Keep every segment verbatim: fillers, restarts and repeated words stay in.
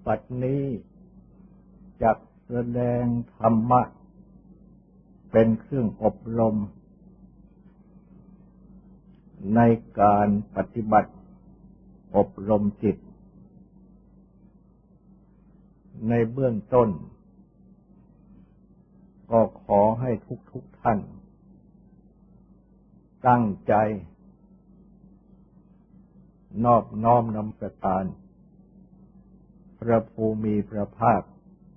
บัดนี้จักแสดงธรรมะเป็นเครื่องอบรมในการปฏิบัติอบรมจิตในเบื้องต้นก็ขอให้ทุกๆท่านตั้งใจนอบน้อมนำสการพระภูมิพระภาค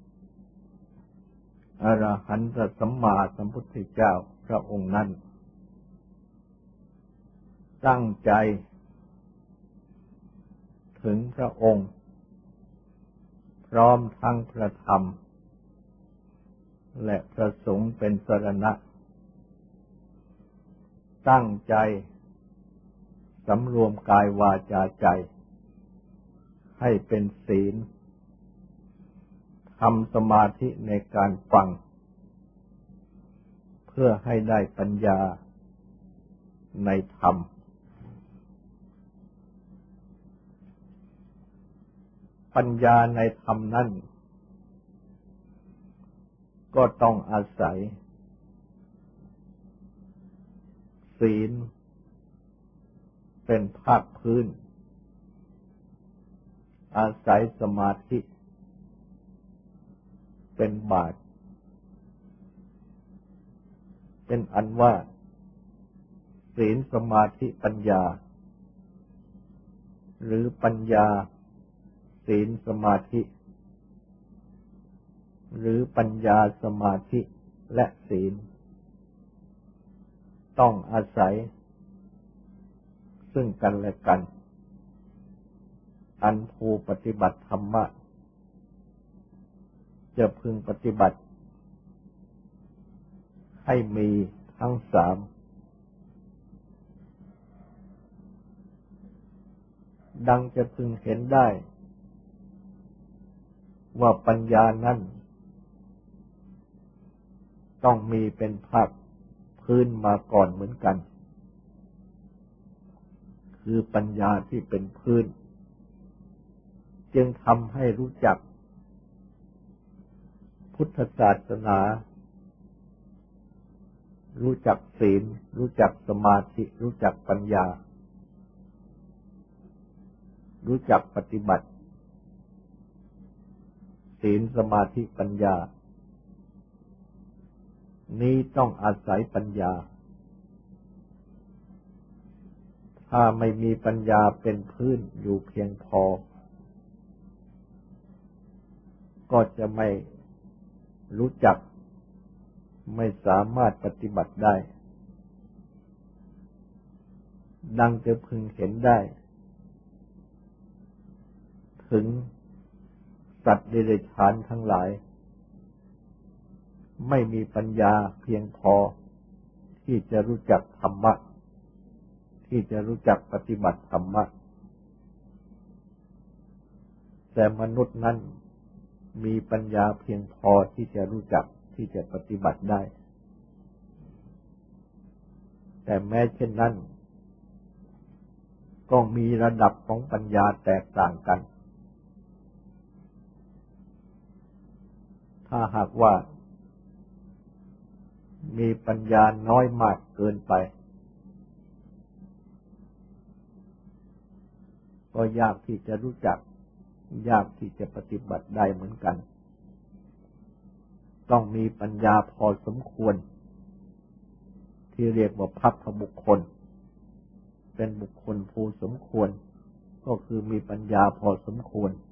อรหันตสัมมาสัมพุทธเจ้าพระองค์นั้นตั้งใจถึงพระองค์พร้อมทั้งพระธรรมและพระสงฆ์เป็นสรณะตั้งใจสำรวมกายวาจาใจให้เป็นศีลทำสมาธิในการฟังเพื่อให้ได้ปัญญาในธรรมปัญญาในธรรมนั้นก็ต้องอาศัยศีลเป็นภาคพื้นอาศัยสมาธิเป็นบาทเป็นอันว่าศีลสมาธิปัญญาหรือปัญญาศีลสมาธิหรือปัญญาสมาธิและศีลต้องอาศัยซึ่งกันและกันอันผู้ปฏิบัติธรรมะจะพึงปฏิบัติให้มีทั้งสามดังจะพึงเห็นได้ว่าปัญญานั้นต้องมีเป็นภาคพื้นมาก่อนเหมือนกันคือปัญญาที่เป็นพื้นจึงทำให้รู้จักพุทธศาสนารู้จักศีลรู้จักสมาธิรู้จักปัญญารู้จักปฏิบัติศีลสมาธิปัญญานี้ต้องอาศัยปัญญาถ้าไม่มีปัญญาเป็นพื้นอยู่เพียงพอก็จะไม่รู้จักไม่สามารถปฏิบัติได้ดังจะพึงเห็นได้ถึงสัตว์เดรัจฉานทั้งหลายไม่มีปัญญาเพียงพอที่จะรู้จักธรรมะที่จะรู้จักปฏิบัติธรรมะแต่มนุษย์นั้นมีปัญญาเพียงพอที่จะรู้จักที่จะปฏิบัติได้แต่แม้เช่นนั้นก็มีระดับของปัญญาแตกต่างกันถ้าหากว่ามีปัญญาน้อยมากเกินไปก็ยากที่จะรู้จักยากที่จะปฏิบัติได้เหมือนกันต้องมีปัญญาพอสมควรที่เรียกว่าภัพพบุคคลเป็นบุคคลผู้สมควรก็คือมีปัญญาพอสมควร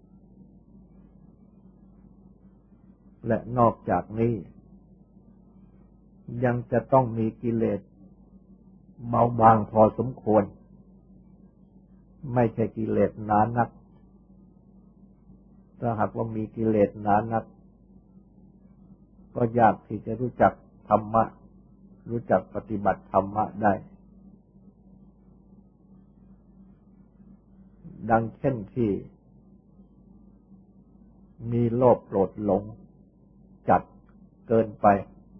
และนอกจากนี้ยังจะต้องมีกิเลสเบาบางพอสมควรไม่ใช่กิเลสหนานักถ้าหากว่ามีกิเลสหนานักก็ยากที่จะรู้จักธรรมะรู้จักปฏิบัติธรรมะได้ดังเช่นที่มีโลภโกรธหลงจัดเกินไป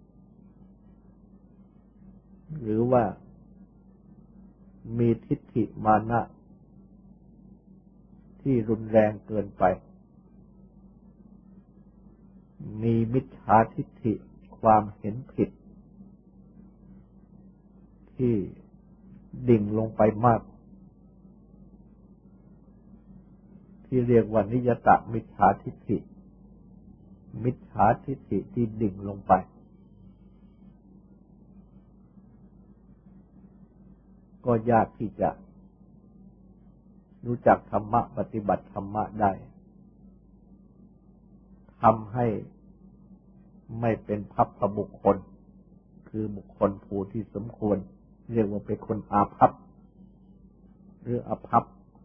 หรือว่ามีทิฏฐิมานะที่รุนแรงเกินไปมีมิจฉาทิฏฐิความเห็นผิดที่ดิ่งลงไปมากที่เรียกว่านิยตมิจฉาทิฏฐิมิจฉาทิฏฐิที่ดิ่งลงไปก็ยากที่จะรู้จักธรรมะปฏิบัติธรรมะได้ทำให้ไม่เป็นภัพพบุคคลคือบุคคลผู้ที่สมควรเรียกว่าเป็นคนอาภัพหรืออภัพ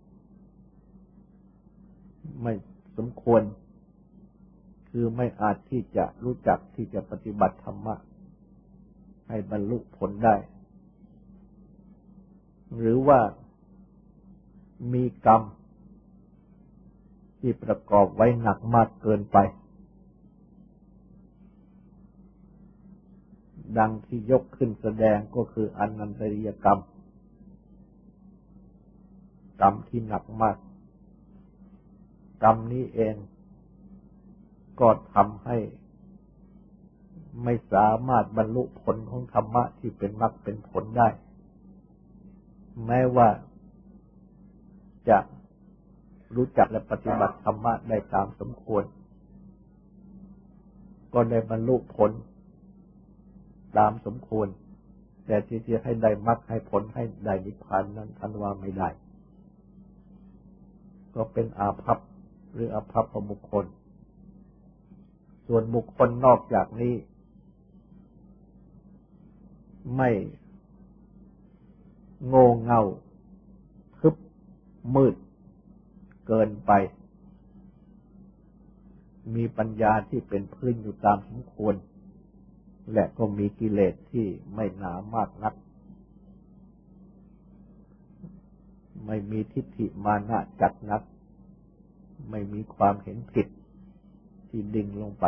ไม่สมควรคือไม่อาจที่จะรู้จักที่จะปฏิบัติธรรมะให้บรรลุผลได้หรือว่ามีกรรมที่ประกอบไว้หนักมากเกินไปดังที่ยกขึ้นแสดงก็คืออนันตริยกรรมกรรมที่หนักมากกรรมนี้เองก็ทำให้ไม่สามารถบรรลุผลของธรรมะที่เป็นมรรคเป็นผลได้แม้ว่าจะรู้จักและปฏิบัติธรรมะได้ตามสมควรก็ได้บรรลุผลตามสมควรแต่ที่จะให้ได้มรรคให้ผลให้ได้นิพพานนั้นท่านว่าไม่ได้ก็เป็นอาภัพหรืออภัพบุคคลส่วนบุคคลนอกจากนี้ไม่โง่เง่าทึบมืดเกินไปมีปัญญาที่เป็นพื้นอยู่ตามสมควรและก็มีกิเลสที่ไม่หนามากนักไม่มีทิฏฐิมานะจัดนักไม่มีความเห็นผิดที่ดิ่งลงไป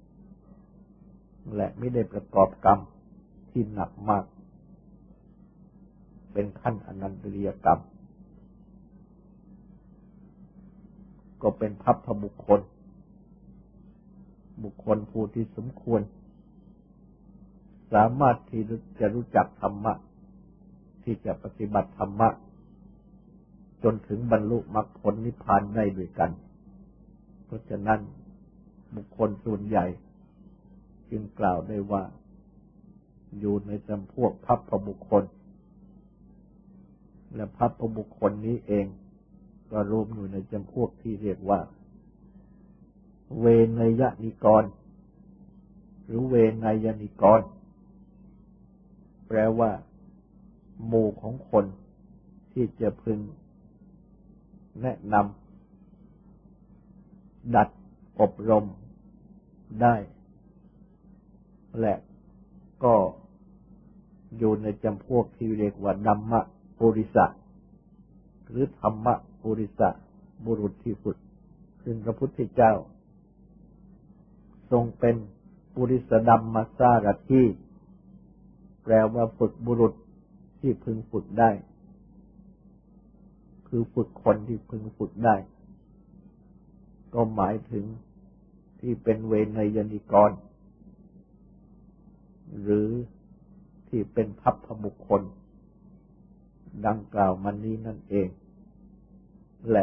และไม่ได้ประกอบกรรมที่หนักมากเป็นขั้นอนันตริยกรรมก็เป็นภัพพบุคคลบุคคลผู้ที่สมควรสามารถที่จะรู้จักธรรมะที่จะปฏิบัติธรรมะจนถึงบรรลุมรรคผลนิพพานได้ด้วยกันเพราะฉะนั้นบุคคลส่วนใหญ่จึงกล่าวได้ว่าอยู่ในจำพวกภัพพบุคคลและภัพพบุคคลนี้เองก็รวมอยู่ในจำพวกที่เรียกว่าเวนยนิกรหรือเวนยนิกรแปลว่าหมู่ของคนที่จะพึงแนะนำดัดอบรมได้และก็อยู่ในจำพวกที่เรียกว่าธัมมปุริสะหรือธรรมปุริสะบุรุษที่ฝึกซึ่งพระพุทธเจ้าทรงเป็นปุริสธัมมสารถีแปลว่าฝึกบุรุษที่พึงฝึกได้คือฝึกคนที่พึงฝึกได้ก็หมายถึงที่เป็นเวนยนิกรหรือที่เป็นภัพพบุคคลดังกล่าวมานี้นั่นเองและ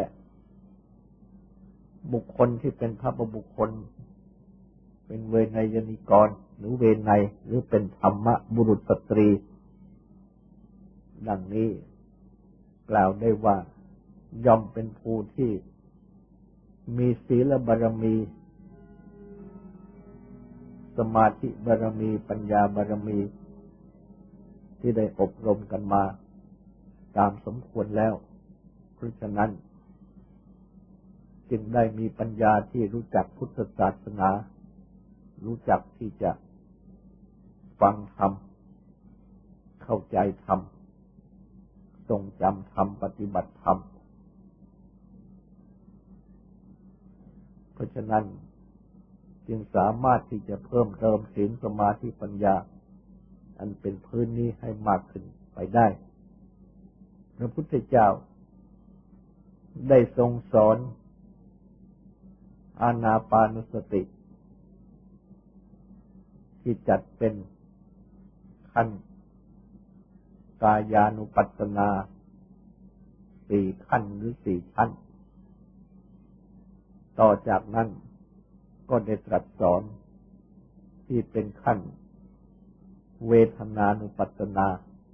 บุคคลที่เป็นภัพพบุคคลเป็นเวนยนิกรหรือเวไนยหรือเป็นธรรมบุรุษสตรีดังนี้กล่าวได้ว่าย่อมเป็นผู้ที่มีศีลบารมีสมาธิบารมีปัญญาบารมีที่ได้อบรมกันมาตามสมควรแล้วเพราะฉะนั้นจึงได้มีปัญญาที่รู้จักพุทธศาสนารู้จักที่จะฟังธรรมเข้าใจธรรมทรงจำธรรมปฏิบัติธรรมเพราะฉะนั้นจึงสามารถที่จะเพิ่มเติมศีลสมาธิปัญญาอันเป็นพื้นนี้ให้มากขึ้นไปได้พระพุทธเจ้าได้ทรงสอนอานาปานสติที่จัดเป็นขั้นกายานุปัสสนาสี่ขั้นหรือสี่ชั้นต่อจากนั้นก็ได้ตรัสสอนที่เป็นขั้นเวทนานุปัสสนา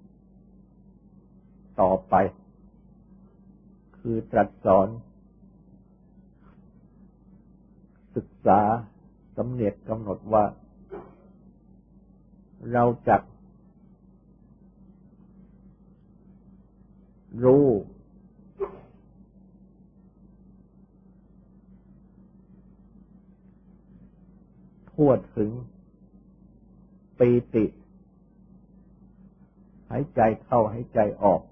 ต่อไปคือตรัสสอนศึกษาสำเนียกกำหนดว่าเราจักรู้ทั่วถึงปีติหายใจเข้าหายใจออก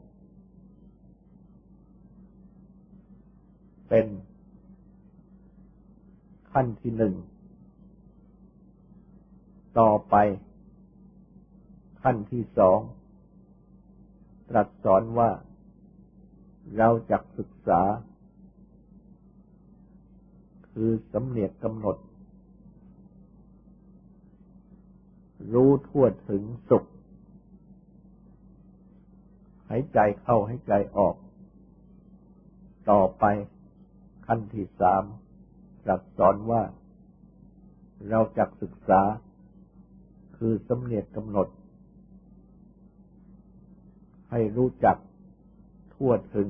เป็นขั้นที่หนึ่งต่อไปขั้นที่สองตรัสสอนว่าเราจักศึกษาคือสำเนียกกำหนดรู้ทั่วถึงสุขหายใจเข้าหายใจออกต่อไปขั้นที่สามตรัสสอนว่าเราจักศึกษาคือสำเนียกกำหนดให้รู้จักทั่วถึง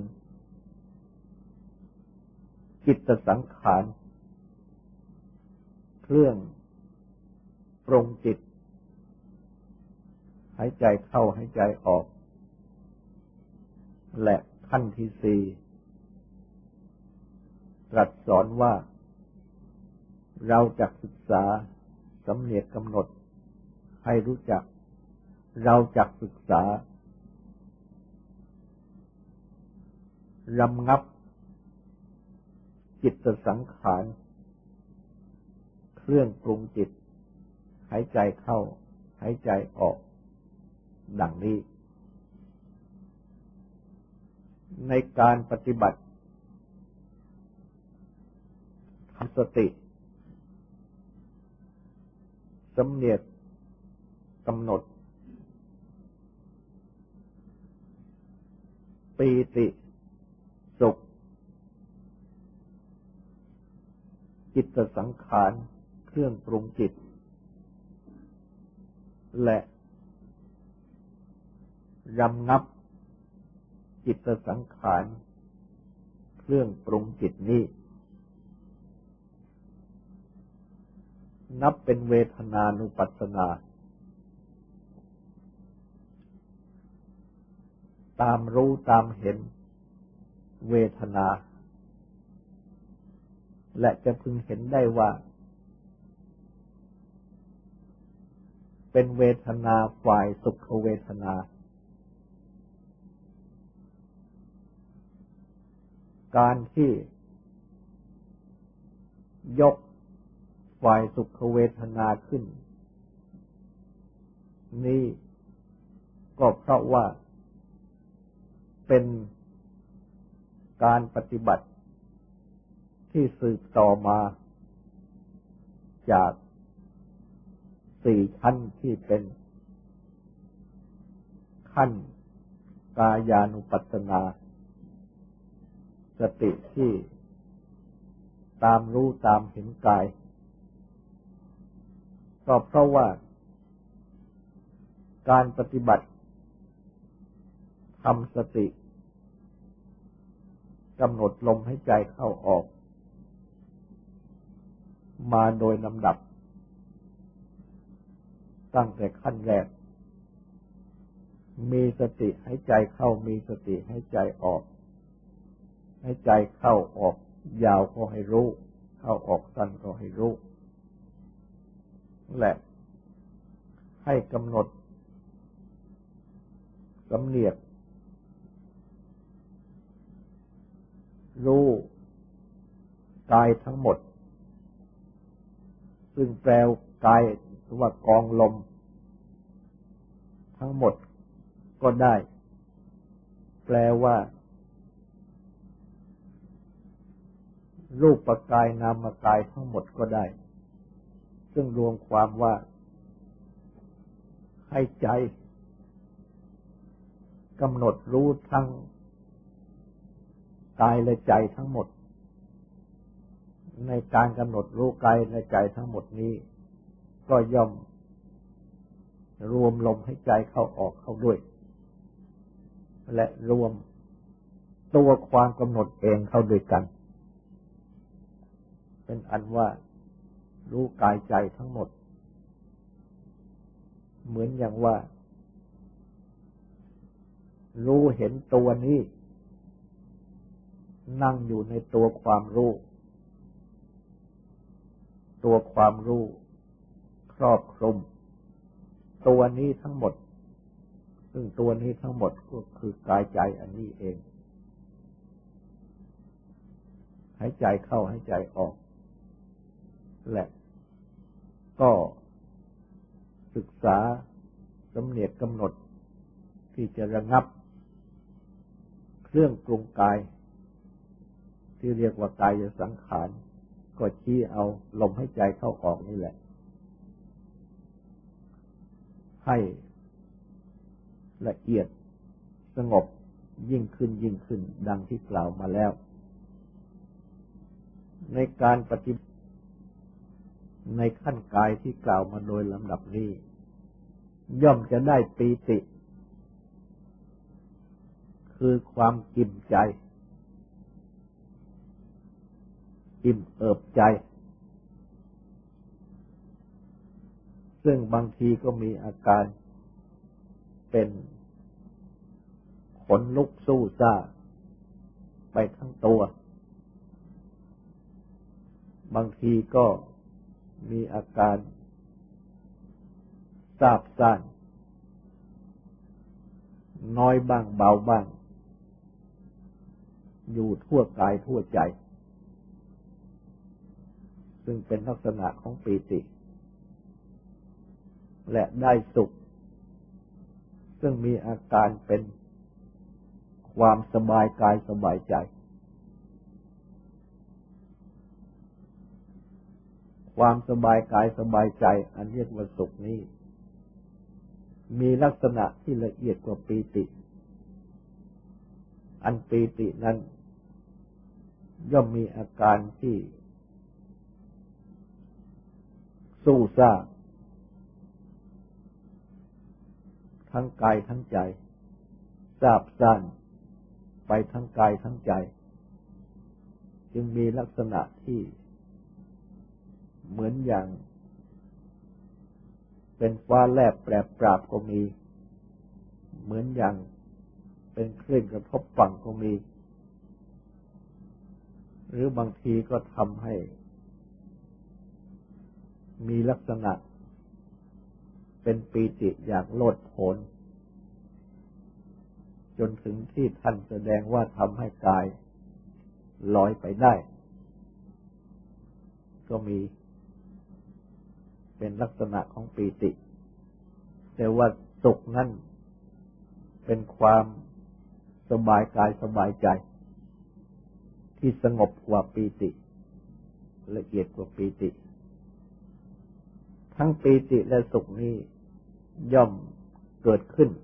จิตสังขารเครื่องปรุงจิตหายใจเข้าหายใจออกและขั้นที่สี่ตรัสสอนว่าเราจักศึกษาสำเนียกกำหนดให้รู้จักเราจักศึกษารำงับจิตสังขารเครื่องปรุงจิตหายใจเข้าหายใจออกดังนี้ในการปฏิบัติทำสติสำเนียกกำหนดปีติสุขจิตสังขารเครื่องปรุงจิตและรำงับจิตสังขารเครื่องปรุงจิตนี้นับเป็นเวทนานุปัสสนาตามรู้ตามเห็นเวทนาและจะพึงเห็นได้ว่าเป็นเวทนาฝ่ายสุขเวทนาการที่ยกฝ่ายสุขเวทนาขึ้นนี่ก็เพราะว่าเป็นการปฏิบัติที่สืบต่อมาจากสี่ขั้นที่เป็นขั้นกายานุปัสสนาสติที่ตามรู้ตามเห็นกายก็เพราะว่าการปฏิบัติทำสติกำหนดลมหายใจเข้าออกมาโดยลำดับตั้งแต่ขั้นแรกมีสติหายใจเข้ามีสติหายใจออกหายใจเข้าออกยาวก็ให้รู้เข้าออกสั้นก็ให้รู้และให้กำหนดสำเนียกรู้กายทั้งหมดซึ่งแปลกายว่ากองลมทั้งหมดก็ได้แปลว่ารูปกายนามกายทั้งหมดก็ได้ซึ่งรวมความว่าให้ใจกำหนดรู้ทั้งกายและใจทั้งหมดในการกำหนดรู้กายและใจทั้งหมดนี้ก็ย่อมรวมลมให้ใจเข้าออกเข้าด้วยและรวมตัวความกำหนดเองเข้าด้วยกันเป็นอันว่ารู้กายใจทั้งหมดเหมือนอย่างว่ารู้เห็นตัวนี้นั่งอยู่ในตัวความรู้ตัวความรู้ครอบคลุมตัวนี้ทั้งหมดซึ่งตัวนี้ทั้งหมดก็คือกายใจอันนี้เองหายใจเข้าหายใจออกและก็ศึกษาสำเนียกกำหนดที่จะระงับเครื่องปรุงกายที่เรียกว่ากายสังขารก็ชี้เอาลมหายใจเข้าออกนี่แหละให้ละเอียดสงบยิ่งขึ้นยิ่งขึ้นดังที่กล่าวมาแล้วในการปฏิบัติในขั้นกายที่กล่าวมาโดยลำดับนี้ย่อมจะได้ปีติคือความอิ่มใจอิ่มเอิบใจซึ่งบางทีก็มีอาการเป็นขนลุกสู้ซ่าไปทั้งตัวบางทีก็มีอาการซาบซ่านน้อยบ้างเบาบ้างอยู่ทั่วกายทั่วใจซึ่งเป็นลักษณะของปีติและได้สุขซึ่งมีอาการเป็นความสบายกายสบายใจความสบายกายสบายใจอันเรียกว่าสุขนี้มีลักษณะที่ละเอียดกว่าปีติอันปีตินั้นย่อมมีอาการที่สู้ซ่าทั้งกายทั้งใจซาบซ่านไปทั้งกายทั้งใจจึงมีลักษณะที่เหมือนอย่างเป็นฟ้าแลบแปรปราบก็มีเหมือนอย่างเป็นคลื่นกระทบฝั่งก็มีหรือบางทีก็ทำให้มีลักษณะเป็นปีติอย่างโลดโผนจนถึงที่ท่านแสดงว่าทำให้กายลอยไปได้ก็มีเป็นลักษณะของปีติแต่ว่าสุขนั้นเป็นความสบายกายสบายใจที่สงบกว่าปีติละเอียดกว่าปีติทั้งปีติและสุขนี้ย่อมเกิดขึ้น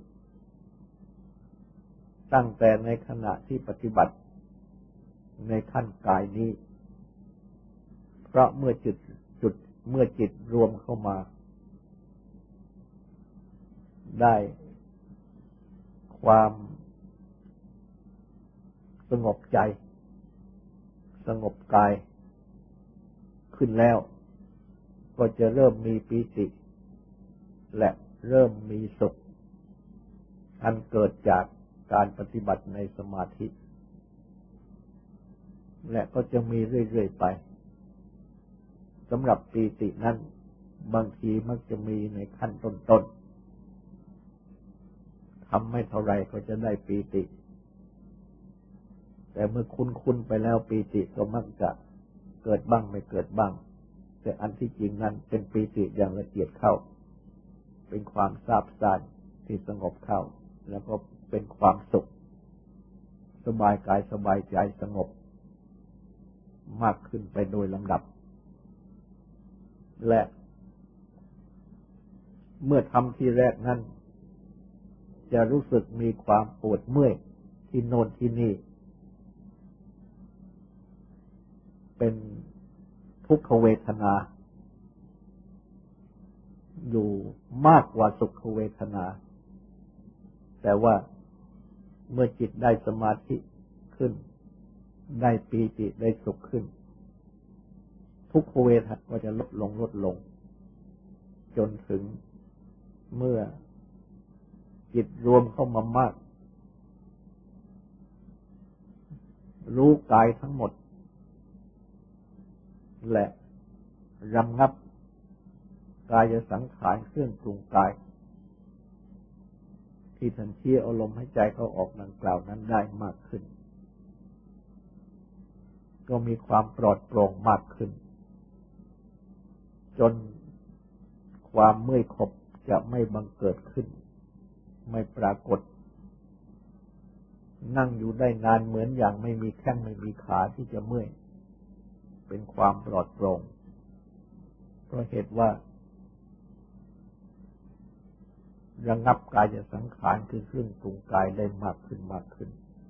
ตั้งแต่ในขณะที่ปฏิบัติในขั้นกายนี้เพราะเมื่อจิตจุดเมื่อจิตรวมเข้ามาได้ความสงบใจสงบกายขึ้นแล้วก็จะเริ่มมีปีติและเริ่มมีสุขอันเกิดจากการปฏิบัติในสมาธิและก็จะมีเรื่อยๆไปสำหรับปีตินั้นบางทีมักจะมีในขั้นต้นๆทำไม่เท่าไรก็จะได้ปีติแต่เมื่อคุ้นๆไปแล้วปีติก็มักจะเกิดบ้างไม่เกิดบ้างแต่อันที่จริงนั้นเป็นปีติอย่างละเอียดเข้าเป็นความซาบซ่านที่สงบเข้าแล้วก็เป็นความสุขสบายกายสบายใจสงบมากขึ้นไปโดยลำดับและเมื่อทำที่แรกนั้นจะรู้สึกมีความปวดเมื่อยที่โน่นที่นี่เป็นทุกขเวทนาอยู่มากกว่าสุขเวทนาแต่ว่าเมื่อจิตได้สมาธิขึ้นได้ปีติได้สุขขึ้นทุกขเวทนาก็จะลดลงลดลงจนถึงเมื่อจิตรวมเข้ามามากรู้กายทั้งหมดและรำงับกายสังขารเครื่องปรุงกายที่ท่านชี้เอาลมหายใจเข้าออกดังกล่าวนั้นได้มากขึ้นก็มีความปลอดโปร่งมากขึ้นจนความเมื่อยขบจะไม่บังเกิดขึ้นไม่ปรากฏนั่งอยู่ได้นานเหมือนอย่างไม่มีแข้งไม่มีขาที่จะเมื่อยเป็นความปลอดโปร่งเพราะเหตุว่าระงับกายสังขารคือเครื่องปรุงกายได้มากขึ้นมากขึ้น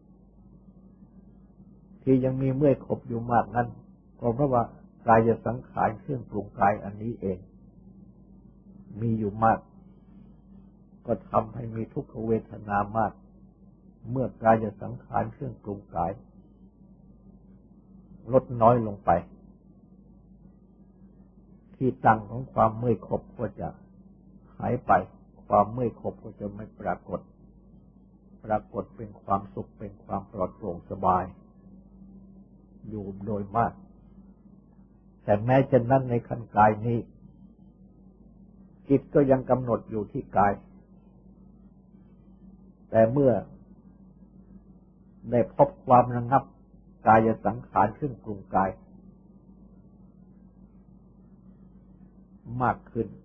ที่ยังมีเมื่อยขบอยู่มากนั้นก็เพราะว่ากายสังขารเครื่องปรุงกายอันนี้เองมีอยู่มากก็ทำให้มีทุกขเวทนามากเมื่อกายสังขารเครื่องปรุงกายลดน้อยลงไปที่ตั้งของความเมื่อยขบก็จะหายไปความเมื่อยขบก็จะไม่ปรากฏปรากฏเป็นความสุขเป็นความปลอดโปร่งสบายอยู่โดยมากแต่แม้เช่นนั้นในขั้นกายนี้จิตก็ยังกำหนดอยู่ที่กายแต่เมื่อได้พบความระงับกายสังขารเครื่องปรุงกายมากขึ้น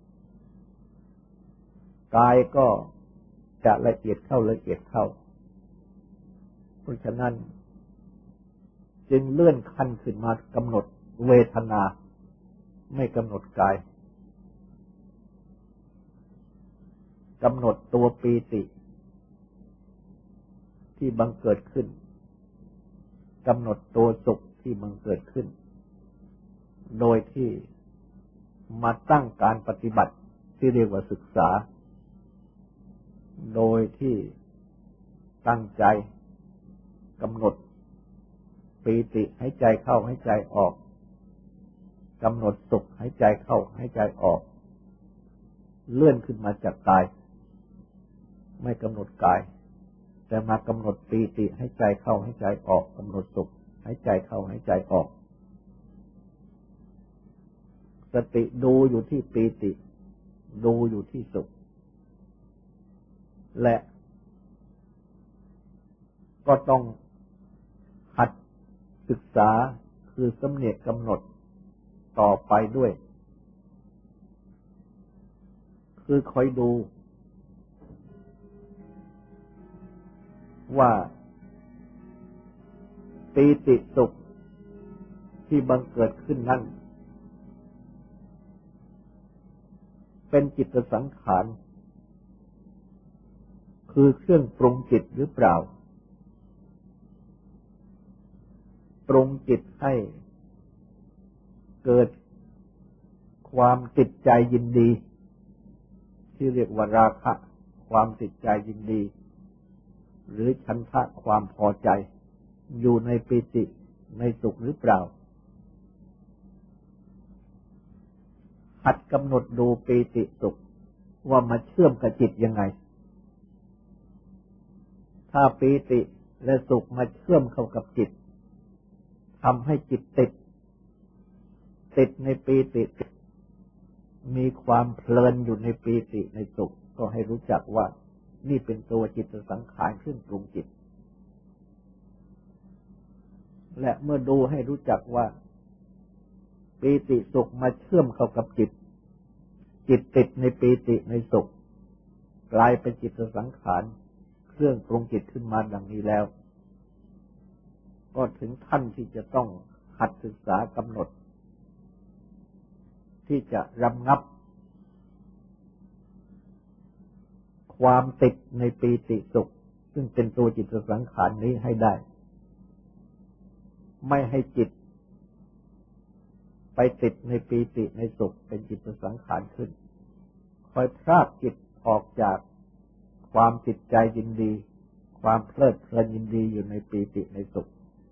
กายก็จะละเอียดเข้าละเอียดเข้าเพราะฉะนั้นจึงเลื่อนขั้นขึ้นมากำหนดเวทนาไม่กำหนดกายกำหนดตัวปีติที่บังเกิดขึ้นกำหนดตัวสุขที่บังเกิดขึ้นโดยที่มาตั้งการปฏิบัติที่เรียกว่าศึกษาโดยที่ตั้งใจกำหนดปีติให้ใจเข้าให้ใจออกกำหนดสุขให้ใจเข้าให้ใจออกเลื่อนขึ้นมาจากกายไม่กำหนดกายแต่มากำหนดปีติให้ใจเข้าให้ใจออกกำหนดสุขให้ใจเข้าให้ใจออกสติดูอยู่ที่ปีติดูอยู่ที่สุขและก็ต้องหัดศึกษาคือสำเนียกกำหนดต่อไปด้วยคือคอยดูว่าปีติสุขที่บังเกิดขึ้นนั้นเป็นจิตสังขารคือเครื่องปรุงจิตหรือเปล่าปรุงจิตให้เกิดความติดใจยินดีที่เรียกว่าราคะความติดใจยินดีหรือฉันทะความพอใจอยู่ในปีติในสุขหรือเปล่าหัดกำหนดดูปีติสุขว่ามาเชื่อมกับจิตยังไงถ้าปีติและสุขมาเชื่อมเข้ากับจิตทำให้จิตติดติดในปีติมีความเพลินอยู่ในปีติในสุขก็ให้รู้จักว่านี่เป็นตัวจิตสังขารเครื่องปรุงจิตและเมื่อดูให้รู้จักว่าปีติสุขมาเชื่อมเข้ากับจิตจิตติดในปีติในสุขกลายเป็นจิตสังขารเครื่องปรุงจิตขึ้นมาดังนี้แล้วก็ถึงท่านที่จะต้องหัดศึกษากำหนดที่จะรำงับความติดในปีติสุขซึ่งเป็นตัวจิตสังขารนี้ให้ได้ไม่ให้จิตไปติดในปีติในสุขเป็นจิตสังขารขึ้นคอยพรากจิตออกจากความติดใจยินดีความเพลิดเพลินยินดีอยู่ในปีติในสุข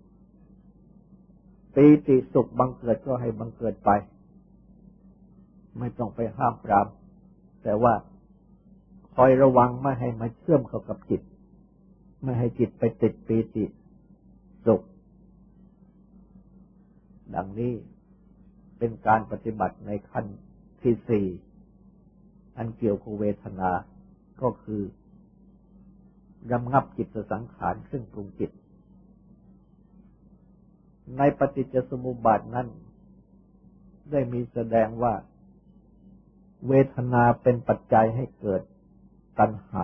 ปีติสุขบังเกิดก็ให้บังเกิดไปไม่ต้องไปห้ามปรามแต่ว่าคอยระวังไม่ให้มาเชื่อมเข้ากับจิตไม่ให้จิตไปติดปีติสุขดังนี้เป็นการปฏิบัติในขั้นที่สี่อันเกี่ยวกับเวทนาก็คือระงับจิตสังขารซึ่งปรุงจิตในปฏิจจสมุปบาทนั้นได้มีแสดงว่าเวทนาเป็นปัจจัยให้เกิดตัณหา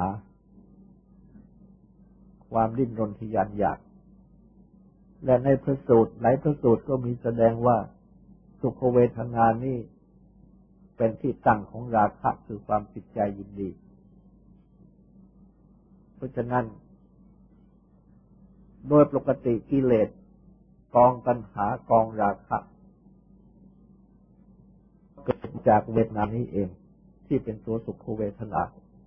ความดิ้นรนทะยานอยากและในพระสูตรหลายพระสูตรก็มีแสดงว่าสุขเวทนานี้เป็นที่ตั้งของราคะคือความติดใจยินดีเพราะฉะนั้นโดยปกติกิเลสกองตัณหากองราคะเกิดจากเวทนานี้เองที่เป็นตัวสุขเวทนา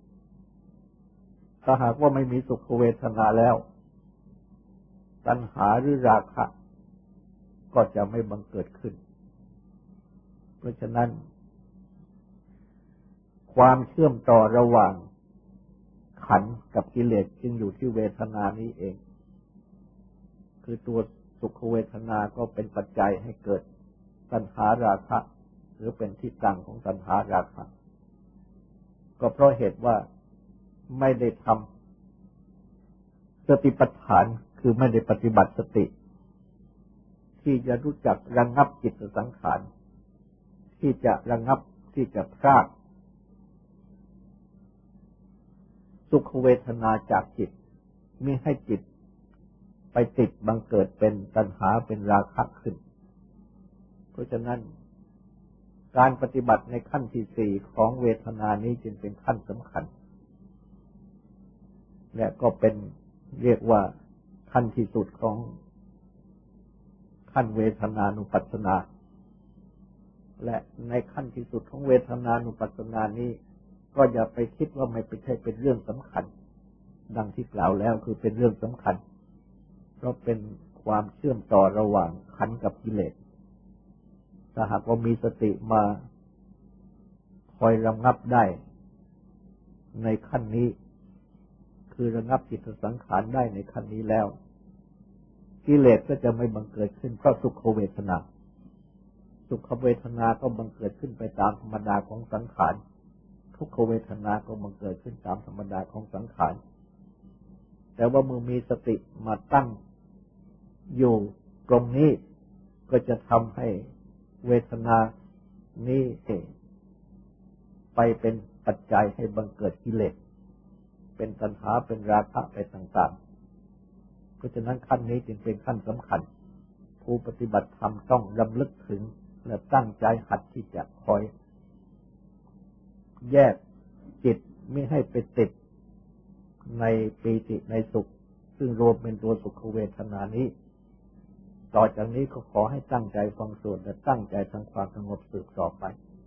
ถ้าหากว่าไม่มีสุขเวทนาแล้วตัณหาหรือราคะก็จะไม่บังเกิดขึ้นเพราะฉะนั้นความเชื่อมต่อระหว่างขันธ์กับกิเลสจึงอยู่ที่เวทนานี้เองคือตัวสุขเวทนาก็เป็นปัจจัยให้เกิดตัณหาราคะหรือเป็นที่ตั้งของตัณหาราคะก็เพราะเหตุว่าไม่ได้ทำสติปัฏฐานคือไม่ได้ปฏิบัติสติที่จะรู้จักระงับจิตสังขารที่จะระงับที่จะพรากสุขเวทนาจากจิตมิให้จิตไปติดบังเกิดเป็นตัณหาเป็นราคะขึ้นเพราะฉะนั้นการปฏิบัติในขั้นที่สี่ของเวทนานี้จึงเป็นขั้นสำคัญและก็เป็นเรียกว่าขั้นที่สุดของขั้นเวทนานุปัสสนาและในขั้นที่สุดของเวทนานุปัสสนานี้ก็อย่าไปคิดว่าไม่ใช่เป็นเรื่องสำคัญดังที่กล่าวแล้วคือเป็นเรื่องสำคัญเพราะเป็นความเชื่อมต่อระหว่างขันธ์กับกิเลสถ้าหากว่ามีสติมาคอยระงับได้ในขั้นนี้คือระงับจิตสังขารได้ในขั้นนี้แล้วกิเลสก็จะไม่บังเกิดขึ้นเพราะสุขเวทนาสุขเวทนาก็บังเกิดขึ้นไปตามธรรมดาของสังขารทุกขเวทนาก็บังเกิดขึ้นตามธรรมดาของสังขารแต่ว่าเมื่อมีสติมาตั้งอยู่ตรงนี้ก็จะทำให้เวทนานี้ไปเป็นปัจจัยให้บังเกิดกิเลสเป็นตัณหาเป็นราคะไปต่างๆเพราะฉะนั้นขั้นนี้จึงเป็นขั้นสำคัญผู้ปฏิบัติธรรมต้องรำลึกถึงและตั้งใจหัดที่จะคอยแยกจิตไม่ให้ไปติดในปีติในสุขซึ่งรวมเป็นตัวสุขเวทนานี้ต่อจากนี้ก็ขอให้ตั้งใจฟังสวดและตั้งใจทำความสงบสืบต่อไป